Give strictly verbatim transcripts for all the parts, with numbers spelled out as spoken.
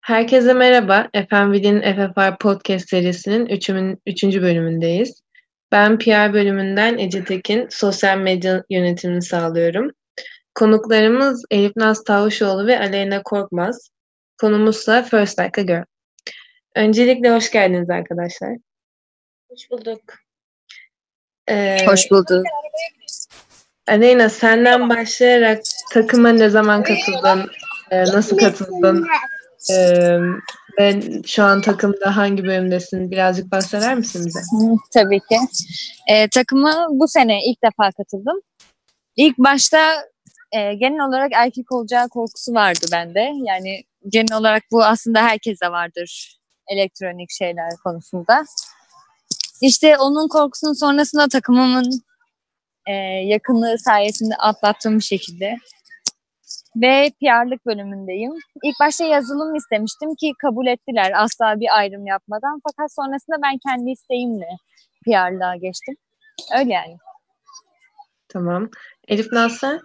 Herkese merhaba. F M V'nin F F R Podcast serisinin üçümün, üçüncü bölümündeyiz. Ben P R bölümünden Ece Tekin, sosyal medya yönetimini sağlıyorum. Konuklarımız Elif Naz Tavuşoğlu ve Aleyna Korkmaz. Konumuzsa First Like a Girl. Öncelikle hoş geldiniz arkadaşlar. Hoş bulduk. Ee, Hoş bulduk. Aleyna, senden başlayarak takıma ne zaman katıldın, e, nasıl katıldın e, ve şu an takımda hangi bölümdesin? Birazcık bahseder misin bize? Hı, tabii ki. Ee, takıma bu sene ilk defa katıldım. İlk başta e, genel olarak erkek olacağı korkusu vardı bende. Yani genel olarak bu aslında herkeste vardır elektronik şeyler konusunda. İşte onun korkusunun sonrasında takımımın e, yakınlığı sayesinde atlattığım bir şekilde. Ve P R'lık bölümündeyim. İlk başta yazılım istemiştim ki kabul ettiler asla bir ayrım yapmadan. Fakat sonrasında ben kendi isteğimle P R'lığa geçtim. Öyle yani. Tamam. Elif Naz.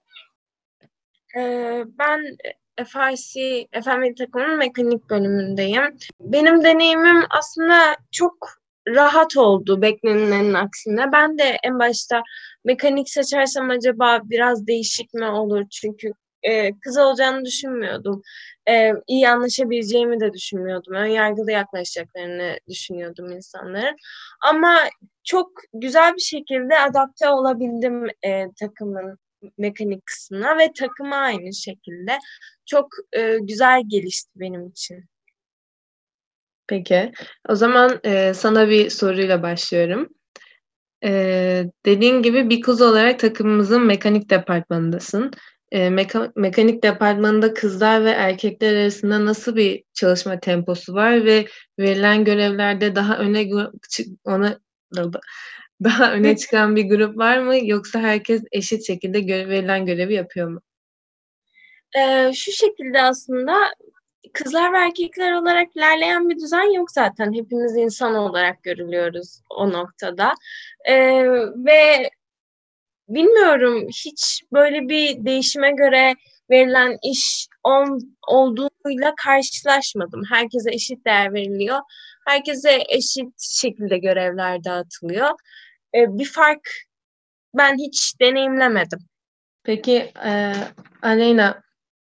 Ee, ben F R C, F M V takımının mekanik bölümündeyim. Benim deneyimim aslında çok rahat oldu beklenenin aksine. Ben de en başta mekanik seçersem acaba biraz değişik mi olur? Çünkü e, kız olacağını düşünmüyordum. E, iyi anlaşabileceğimi de düşünmüyordum. Önyargılı yaklaşacaklarını düşünüyordum insanların. Ama çok güzel bir şekilde adapte olabildim e, takımın mekanik kısmına ve takıma aynı şekilde çok e, güzel gelişti benim için. Peki. O zaman e, sana bir soruyla başlıyorum. E, dediğin gibi bir kız olarak takımımızın mekanik departmanındasın. E, meka- mekanik departmanında kızlar ve erkekler arasında nasıl bir çalışma temposu var ve verilen görevlerde daha öne gö- çı- ona daha öne çıkan bir grup var mı, yoksa herkes eşit şekilde gö- verilen görevi yapıyor mu? E, şu şekilde aslında kızlar ve erkekler olarak ilerleyen bir düzen yok zaten. Hepimiz insan olarak görülüyoruz o noktada. E, ve bilmiyorum, hiç böyle bir değişime göre verilen iş ol, olduğuyla karşılaşmadım. Herkese eşit değer veriliyor. Herkese eşit şekilde görevler dağıtılıyor. E, bir fark ben hiç deneyimlemedim. Peki e, Aleyna,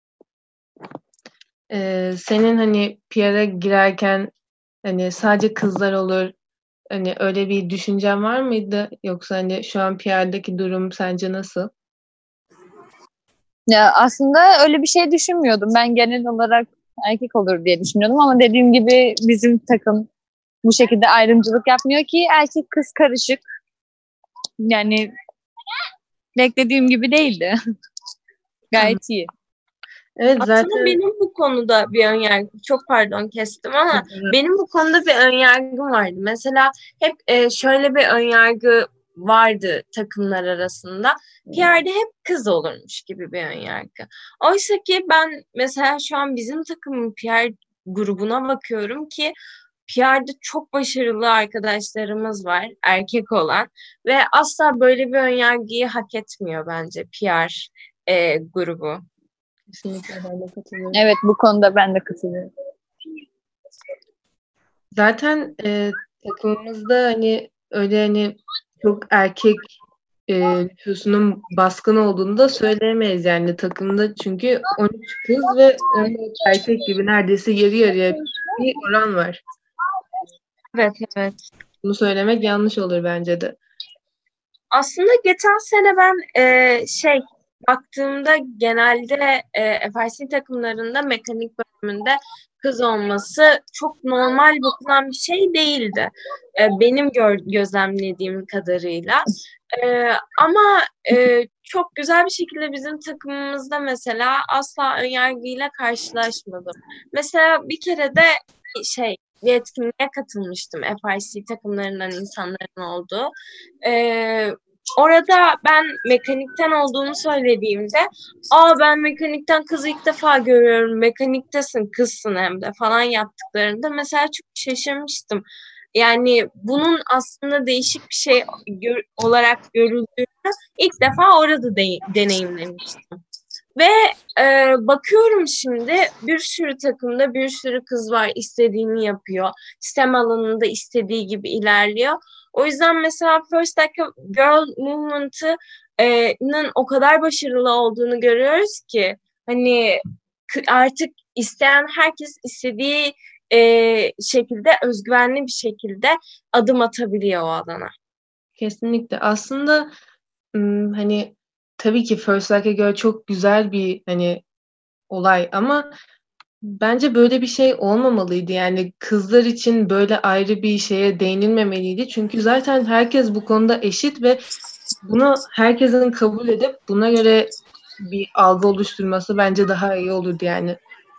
e, senin hani P R'a girerken hani sadece kızlar olur, hani öyle bir düşüncen var mıydı? Yoksa hani şu an P R'daki durum sence nasıl? Ya aslında öyle bir şey düşünmüyordum. Ben genel olarak erkek olur diye düşünüyordum ama dediğim gibi bizim takım bu şekilde ayrımcılık yapmıyor ki erkek kız karışık. Yani beklediğim gibi değildi. Anladım. Gayet iyi. Evet, Aslında zaten benim bu konuda bir önyargım, çok pardon kestim ama benim bu konuda bir önyargım vardı. Mesela hep e, şöyle bir önyargı vardı takımlar arasında. P R'de hep kız olurmuş gibi bir önyargı. Oysa ki ben mesela şu an bizim takımın P R grubuna bakıyorum ki P R'de çok başarılı arkadaşlarımız var, erkek olan ve asla böyle bir önyargıyı hak etmiyor bence P R e, grubu. kesinlikle ben de katılıyorum. Evet, bu konuda ben de katılıyorum. Zaten e, takımımızda hani öyle hani çok erkek e, nüfusunun baskın olduğunu da söyleyemeyiz yani takımda, çünkü on üç kız ve on dört erkek gibi neredeyse yarı yarıya bir oran var. Evet, evet. Bunu söylemek yanlış olur bence de. Aslında geçen sene ben e, şey baktığımda genelde e, F R C takımlarında mekanik bölümünde kız olması çok normal bakılan bir şey değildi. E, benim gör, gözlemlediğim kadarıyla. E, ama e, çok güzel bir şekilde bizim takımımızda mesela asla önyargıyla karşılaşmadım. Mesela bir kere de şey bir etkinliğe katılmıştım, F R C takımlarından insanların olduğu. Ee, orada ben mekanikten olduğunu söylediğimde, aa ben mekanikten kızı ilk defa görüyorum, mekaniktesin, kızsın hem de falan yaptıklarında mesela çok şaşırmıştım. Yani bunun aslında değişik bir şey gör- olarak görüldüğünü ilk defa orada de- deneyimlemiştim. Ve e, bakıyorum şimdi bir sürü takımda bir sürü kız var, istediğini yapıyor. STEM alanında istediği gibi ilerliyor. O yüzden mesela First Like a Girl movement'ının o kadar başarılı olduğunu görüyoruz ki hani artık isteyen herkes istediği e, şekilde, özgüvenli bir şekilde adım atabiliyor o alana. Kesinlikle. Aslında ım, hani tabii ki First Like a Girl çok güzel bir hani olay ama bence böyle bir şey olmamalıydı. Yani kızlar için böyle ayrı bir şeye değinilmemeliydi. Çünkü zaten herkes bu konuda eşit ve bunu herkesin kabul edip buna göre bir algı oluşturması bence daha iyi olurdu yani.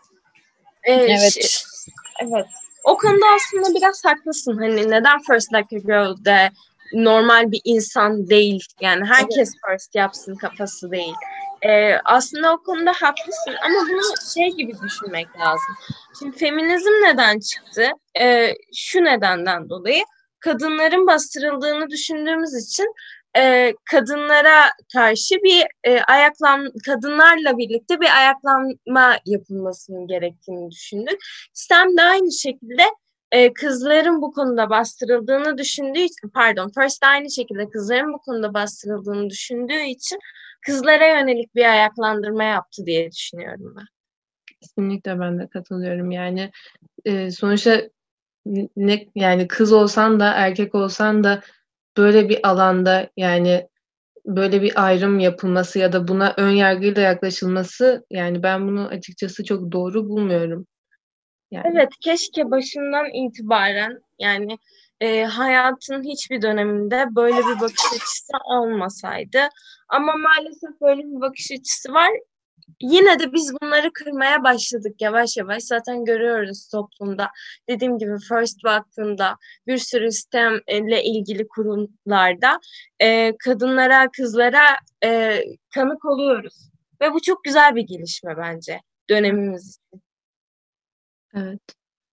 Ee, ş- Evet. evet. O konuda aslında biraz haklısın. Hani neden First Like a Girl'de normal bir insan değil. Yani herkes first yapsın kafası değil. Ee, aslında o konuda haklısın ama bunu şey gibi düşünmek lazım. Şimdi feminizm neden çıktı? Ee, şu nedenden dolayı kadınların bastırıldığını düşündüğümüz için e, kadınlara karşı bir e, ayaklan kadınlarla birlikte bir ayaklanma yapılmasının gerektiğini düşündük. STEM de aynı şekilde e, kızların bu konuda bastırıldığını düşündüğü için, pardon, First de aynı şekilde kızların bu konuda bastırıldığını düşündüğü için kızlara yönelik bir ayaklandırma yaptı diye düşünüyorum ben. Kesinlikle ben de katılıyorum. Yani e, sonuçta ne yani kız olsan da erkek olsan da böyle bir alanda yani böyle bir ayrım yapılması ya da buna ön yargıyla yaklaşılması yani ben bunu açıkçası çok doğru bulmuyorum. Yani Evet, keşke başından itibaren yani e, hayatın hiçbir döneminde böyle bir bakış açısı olmasaydı. Ama maalesef böyle bir bakış açısı var. Yine de biz bunları kırmaya başladık yavaş yavaş. Zaten görüyoruz toplumda. Dediğim gibi First Vakfı'nda bir sürü STEM ile ilgili kurumlarda e, kadınlara, kızlara e, tanık oluyoruz. Ve bu çok güzel bir gelişme bence dönemimiz için. evet.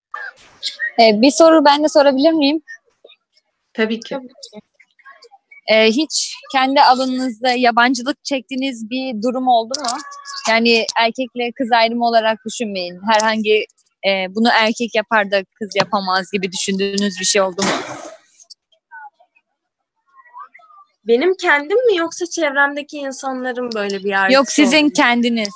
Ee, bir soru ben de sorabilir miyim? Tabii ki. Tabii ki. Ee, hiç kendi alanınızda yabancılık çektiğiniz bir durum oldu mu? Yani erkekle kız ayrımı olarak düşünmeyin. Herhangi e, bunu erkek yapar da kız yapamaz gibi düşündüğünüz bir şey oldu mu? Benim kendim mi yoksa çevremdeki insanların böyle bir Yok, yargısı sizin oldu? kendiniz.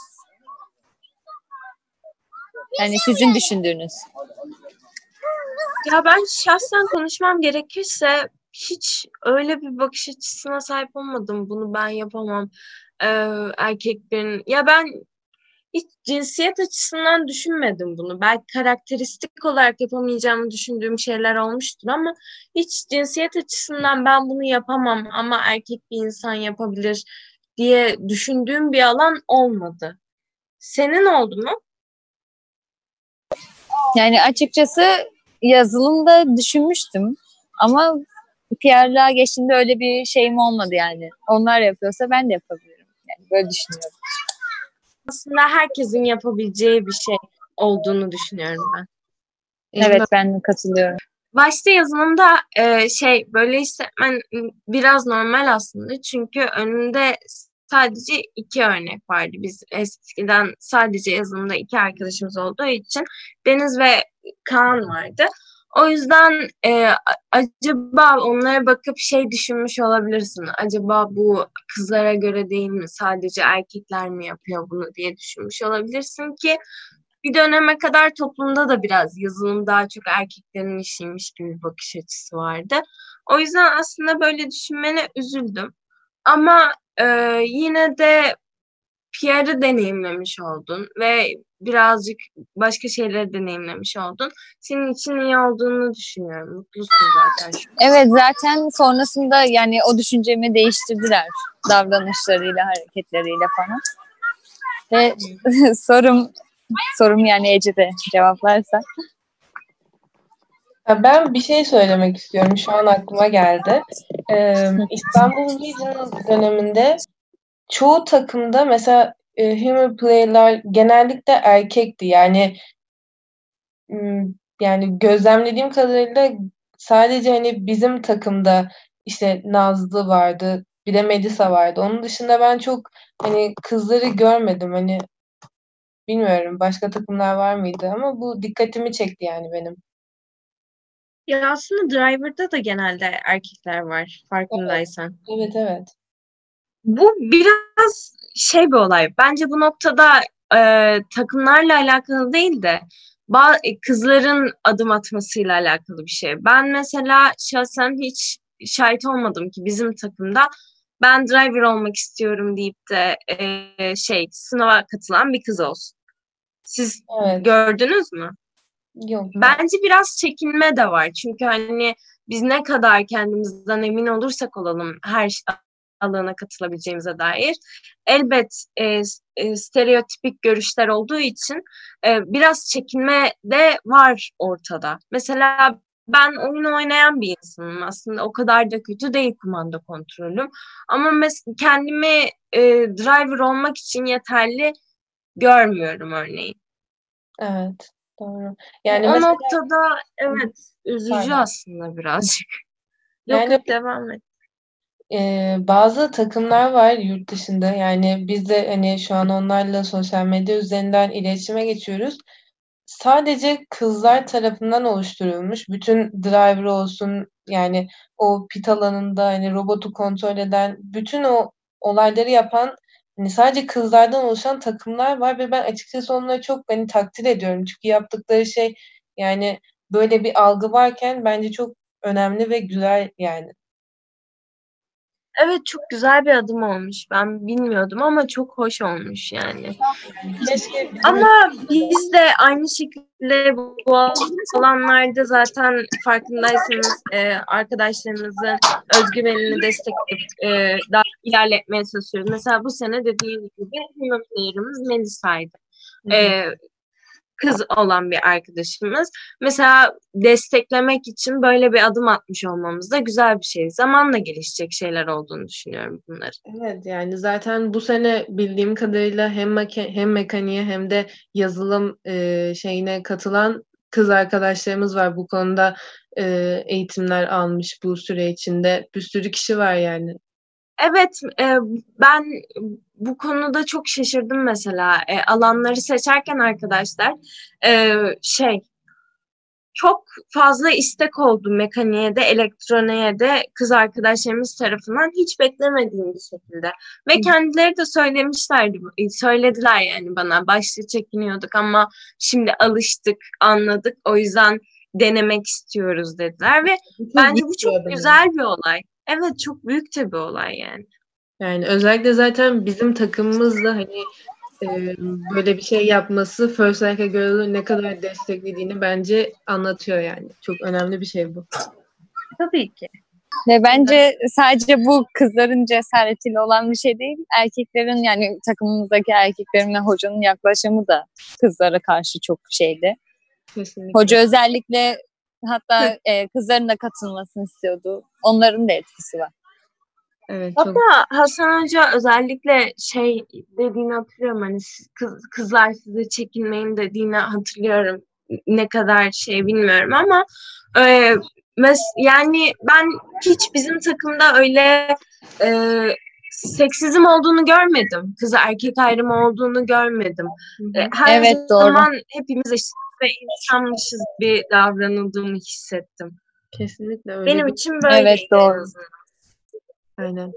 Yani sizin düşündüğünüz. Ya ben şahsen konuşmam gerekirse hiç öyle bir bakış açısına sahip olmadım. Bunu ben yapamam. Ee, erkeklerin ya ben hiç cinsiyet açısından düşünmedim bunu. Belki karakteristik olarak yapamayacağımı düşündüğüm şeyler olmuştur ama hiç cinsiyet açısından ben bunu yapamam ama erkek bir insan yapabilir diye düşündüğüm bir alan olmadı. Senin oldu mu? Yani açıkçası yazılımda düşünmüştüm ama P R'lığa geçtiğinde öyle bir şeyim olmadı yani. Onlar yapıyorsa ben de yapabilirim. Yani böyle düşünüyorum. Aslında herkesin yapabileceği bir şey olduğunu düşünüyorum ben. Evet, ben katılıyorum. Başta yazılımda e, şey böyle hissetmen biraz normal aslında. Çünkü önünde sadece iki örnek vardı. Biz eskiden sadece yazılımda iki arkadaşımız olduğu için Deniz ve Kaan vardı. O yüzden e, acaba onlara bakıp şey düşünmüş olabilirsin. Acaba bu kızlara göre değil mi? Sadece erkekler mi yapıyor bunu diye düşünmüş olabilirsin ki bir döneme kadar toplumda da biraz yazılım daha çok erkeklerin işiymiş gibi bir bakış açısı vardı. O yüzden aslında böyle düşünmene üzüldüm. Ama e, yine de P R'ı deneyimlemiş oldun ve birazcık başka şeyleri deneyimlemiş oldun. Senin için iyi olduğunu düşünüyorum. Mutlusun zaten şu an. Evet, zaten sonrasında yani o düşüncemi değiştirdiler. Davranışlarıyla, hareketleriyle falan. Ve sorum sorum yani Ece de cevaplarsa. Ya ben bir şey söylemek istiyorum. Şu an aklıma geldi. Ee, İstanbul Vision döneminde çoğu takımda mesela e, Human Player'lar genellikle erkekti. Yani m, yani gözlemlediğim kadarıyla sadece hani bizim takımda işte Nazlı vardı, Bir de Melisa vardı. Onun dışında ben çok hani kızları görmedim. Hani bilmiyorum başka takımlar var mıydı ama bu dikkatimi çekti yani benim. Ya aslında Driver'da da genelde erkekler var Evet, farkındaysan. evet, evet. Bu biraz şey bir olay. Bence bu noktada e, takımlarla alakalı değil de ba- kızların adım atmasıyla alakalı bir şey. Ben mesela şahsen hiç şahit olmadım ki bizim takımda ben driver olmak istiyorum deyip de e, şey sınava katılan bir kız olsun. Siz Evet. gördünüz mü? Yok ya. Bence biraz çekinme de var. Çünkü hani biz ne kadar kendimizden emin olursak olalım her ş- alana katılabileceğimize dair. Elbet e, e, stereotipik görüşler olduğu için e, biraz çekinme de var ortada. Mesela ben oyun oynayan bir insanım aslında. O kadar da kötü değil kumanda kontrolüm. Ama mes- kendimi e, driver olmak için yeterli görmüyorum örneğin. Evet. Doğru. O, Yani o mesela noktada evet üzücü pardon. aslında birazcık. Yok Yani yok devam et. e, bazı takımlar var yurt dışında. Yani biz de hani şu an onlarla sosyal medya üzerinden iletişime geçiyoruz. Sadece kızlar tarafından oluşturulmuş. Bütün driver olsun yani o pit alanında hani robotu kontrol eden bütün o olayları yapan hani sadece kızlardan oluşan takımlar var ve ben açıkçası onları çok hani takdir ediyorum. Çünkü yaptıkları şey yani böyle bir algı varken bence çok önemli ve güzel yani. Evet çok güzel bir adım olmuş. Ben bilmiyordum ama çok hoş olmuş yani. Keşke bizim Ama biz de aynı şekilde bu alanlarda zaten farkındaysanız e, arkadaşlarımızın özgüvenini destekleyip e, daha ilerletmeye çalışıyoruz. Mesela bu sene dediğim gibi Human Player'ımız Melisa'ydı. ülkemizde. E, kız olan bir arkadaşımız. Mesela desteklemek için böyle bir adım atmış olmamız da güzel bir şey. Zamanla gelişecek şeyler olduğunu düşünüyorum bunları. Evet yani zaten bu sene bildiğim kadarıyla hem meke hem mekaniğe hem de yazılım e, şeyine katılan kız arkadaşlarımız var. Bu konuda e, eğitimler almış bu süre içinde. Bir sürü kişi var yani. Evet, e, ben bu konuda çok şaşırdım mesela. E, alanları seçerken arkadaşlar e, şey çok fazla istek oldu mekaniğe de elektroniğe de kız arkadaşlarımız tarafından hiç beklemediğim bir şekilde. Ve kendileri de söylemişlerdi, söylediler yani bana. Başta çekiniyorduk ama şimdi alıştık, anladık. O yüzden denemek istiyoruz dediler ve Bu çok bence bu büyük bir çok adım yani. güzel bir olay. Evet çok büyük de bir olay yani. Yani özellikle zaten bizim takımımız da hani e, böyle bir şey yapması First Like'a göre ne kadar desteklediğini bence anlatıyor yani. Çok önemli bir şey bu. Tabii ki. Ve bence sadece bu kızların cesaretiyle olan bir şey değil. Erkeklerin yani takımımızdaki erkeklerin ve hocanın yaklaşımı da kızlara karşı çok şeydi. Kesinlikle. Hoca özellikle hatta e, kızların da katılmasını istiyordu. Onların da etkisi var. Evet çok Hatta Hasan Hoca özellikle şey dediğini hatırlıyorum hani siz- kız, kızlar size çekinmeyin dediğini hatırlıyorum. Ne kadar şey bilmiyorum ama e, mes- yani ben hiç bizim takımda öyle e, seksizm olduğunu görmedim. Kız erkek ayrımı olduğunu görmedim. Hı E, hı. her Evet doğru. zaman hepimiz eşit ve insanmışız bir davranıldığımı hissettim. Kesinlikle öyle Benim bir için Evet böyleydi en doğru. azından. aynen.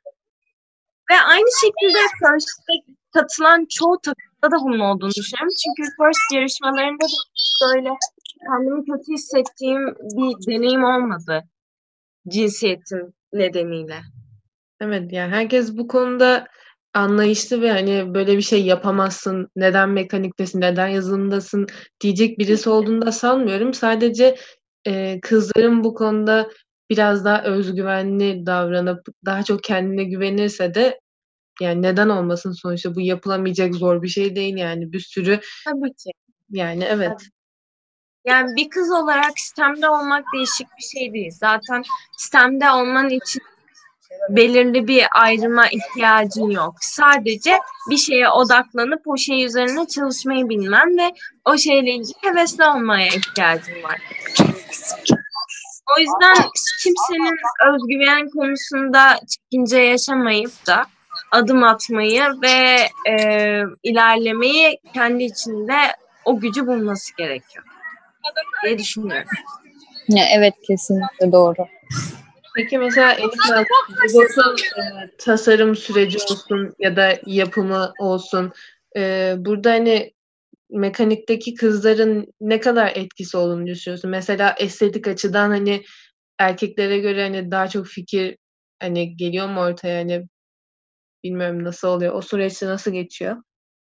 Ve aynı şekilde First'te katılan çoğu takımda da bunun olduğunu düşünüyorum. Çünkü First yarışmalarında da böyle kendimi kötü hissettiğim bir deneyim olmadı cinsiyetim nedeniyle. Evet yani herkes bu konuda anlayışlı ve hani böyle bir şey yapamazsın, neden mekaniktesin, neden yazılımdasın diyecek birisi olduğunu da sanmıyorum. Sadece e, kızların bu konuda biraz daha özgüvenli davranıp daha çok kendine güvenirse de yani neden olmasın sonuçta bu yapılamayacak zor bir şey değil yani bir sürü Tabii ki. yani evet. Yani bir kız olarak STEM'de olmak değişik bir şey değil. Zaten STEM'de olman için belirli bir ayrıma ihtiyacın yok. Sadece bir şeye odaklanıp o şey üzerine çalışmayı bilmen ve o şeyle ilgili hevesli olmaya ihtiyacın var. O yüzden kimsenin özgüven konusunda çekince yaşamayıp da adım atmayı ve e, ilerlemeyi kendi içinde o gücü bulması gerekiyor diye düşünüyorum. Ya, evet, kesinlikle doğru. Peki mesela Elif Naz, robotun e, tasarım süreci olsun ya da yapımı olsun, e, burada hani mekanikteki kızların ne kadar etkisi olduğunu düşünüyorsun? Mesela estetik açıdan hani erkeklere göre hani daha çok fikir hani geliyor mu ortaya, hani bilmiyorum nasıl oluyor. O süreçte nasıl geçiyor?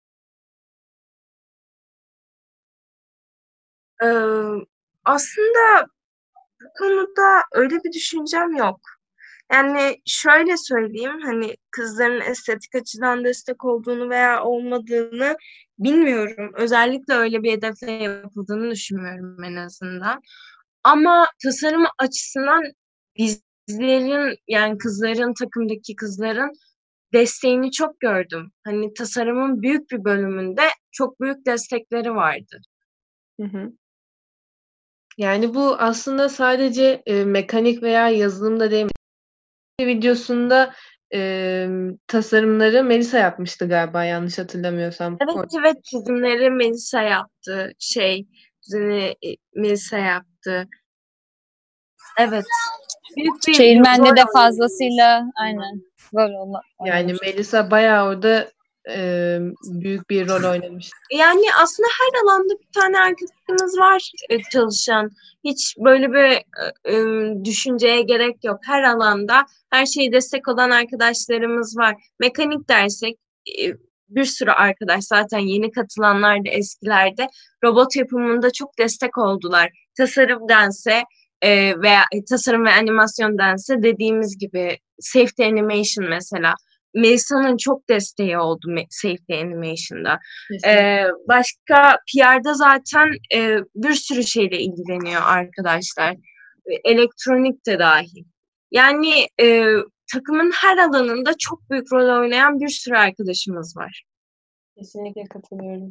Ee, aslında bu konuda öyle bir düşüncem yok. Yani şöyle söyleyeyim, hani kızların estetik açıdan destek olduğunu veya olmadığını bilmiyorum. Özellikle öyle bir hedefle yapıldığını düşünmüyorum en azından. Ama tasarım açısından bizlerin, yani kızların, takımdaki kızların desteğini çok gördüm. Hani tasarımın büyük bir bölümünde çok büyük destekleri vardı. Hı hı. Yani bu aslında sadece e, mekanik veya yazılımda değil. Bir videosunda e, tasarımları Melisa yapmıştı galiba, yanlış hatırlamıyorsam. Evet, evet, çizimleri Melisa yaptı. Şey, çizimi e, Melisa yaptı. Evet. Büyük bir Çevirmende de rol fazlasıyla aynen rol olma- Yani oynamış. Melisa bayağı orada e, büyük bir rol oynamış. Yani aslında her alanda bir tane arkadaşımız var e, çalışan. Hiç böyle bir e, e, düşünceye gerek yok. Her alanda her şeyi destek olan arkadaşlarımız var. Mekanik dersek e, bir sürü arkadaş, zaten yeni katılanlar da eskilerde robot yapımında çok destek oldular. Tasarım dense e, veya e, tasarım ve animasyon dense dediğimiz gibi safety animation mesela. Melisa'nın çok desteği oldu Safety Animation'da. Kesinlikle. Ee, başka P R'da zaten e, bir sürü şeyle ilgileniyor arkadaşlar. E, Elektronik de dahil. Yani e, takımın her alanında çok büyük rol oynayan bir sürü arkadaşımız var. Kesinlikle katılıyorum.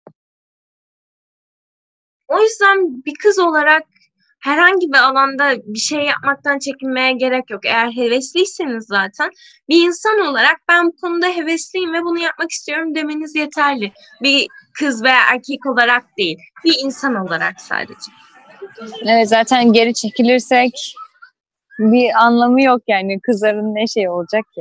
O yüzden bir kız olarak herhangi bir alanda bir şey yapmaktan çekinmeye gerek yok. Eğer hevesliyseniz zaten bir insan olarak ben bu konuda hevesliyim ve bunu yapmak istiyorum demeniz yeterli. Bir kız veya erkek olarak değil, bir insan olarak sadece. Evet, zaten geri çekilirsek bir anlamı yok yani. Kızların ne şey olacak ki?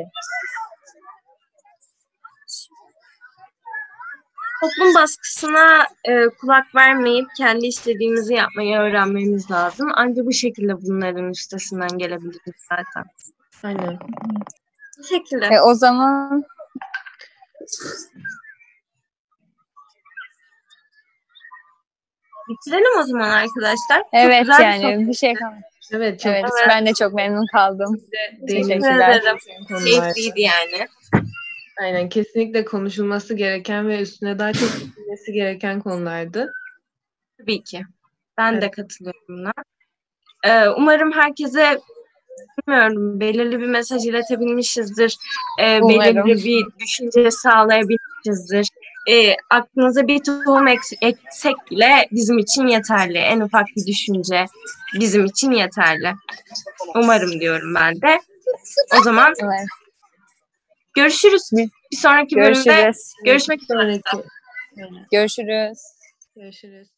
Toplum baskısına e, kulak vermeyip kendi istediğimizi yapmayı öğrenmemiz lazım. Ancak bu şekilde bunların üstesinden gelebiliriz zaten. Aynen. Bu şekilde. E, o zaman Bitirelim o zaman arkadaşlar. Çok evet güzel bir yani sohbet. bir şey kalmadı. Evet, çok Evet, Evet. ben de çok memnun kaldım. değinmek Teşekkür Teşekkürler. ederim. konular. Keyifliydi yani. Aynen, kesinlikle konuşulması gereken ve üstüne daha çok düşünülmesi gereken konulardı. Tabii ki. Ben Evet. de katılıyorum buna. Ee, umarım herkese, bilmiyorum, belirli bir mesaj iletebilmişizdir. Ee, Umarım. belirli bir düşünce sağlayabilmişizdir. Ee, aklınıza bir tohum eks- eksek bile bizim için yeterli. En ufak bir düşünce bizim için yeterli. Umarım diyorum ben de. O zaman Evet. görüşürüz. Bir sonraki bölümde Görüşürüz. görüşmek üzere. Sonraki. Görüşürüz. Görüşürüz.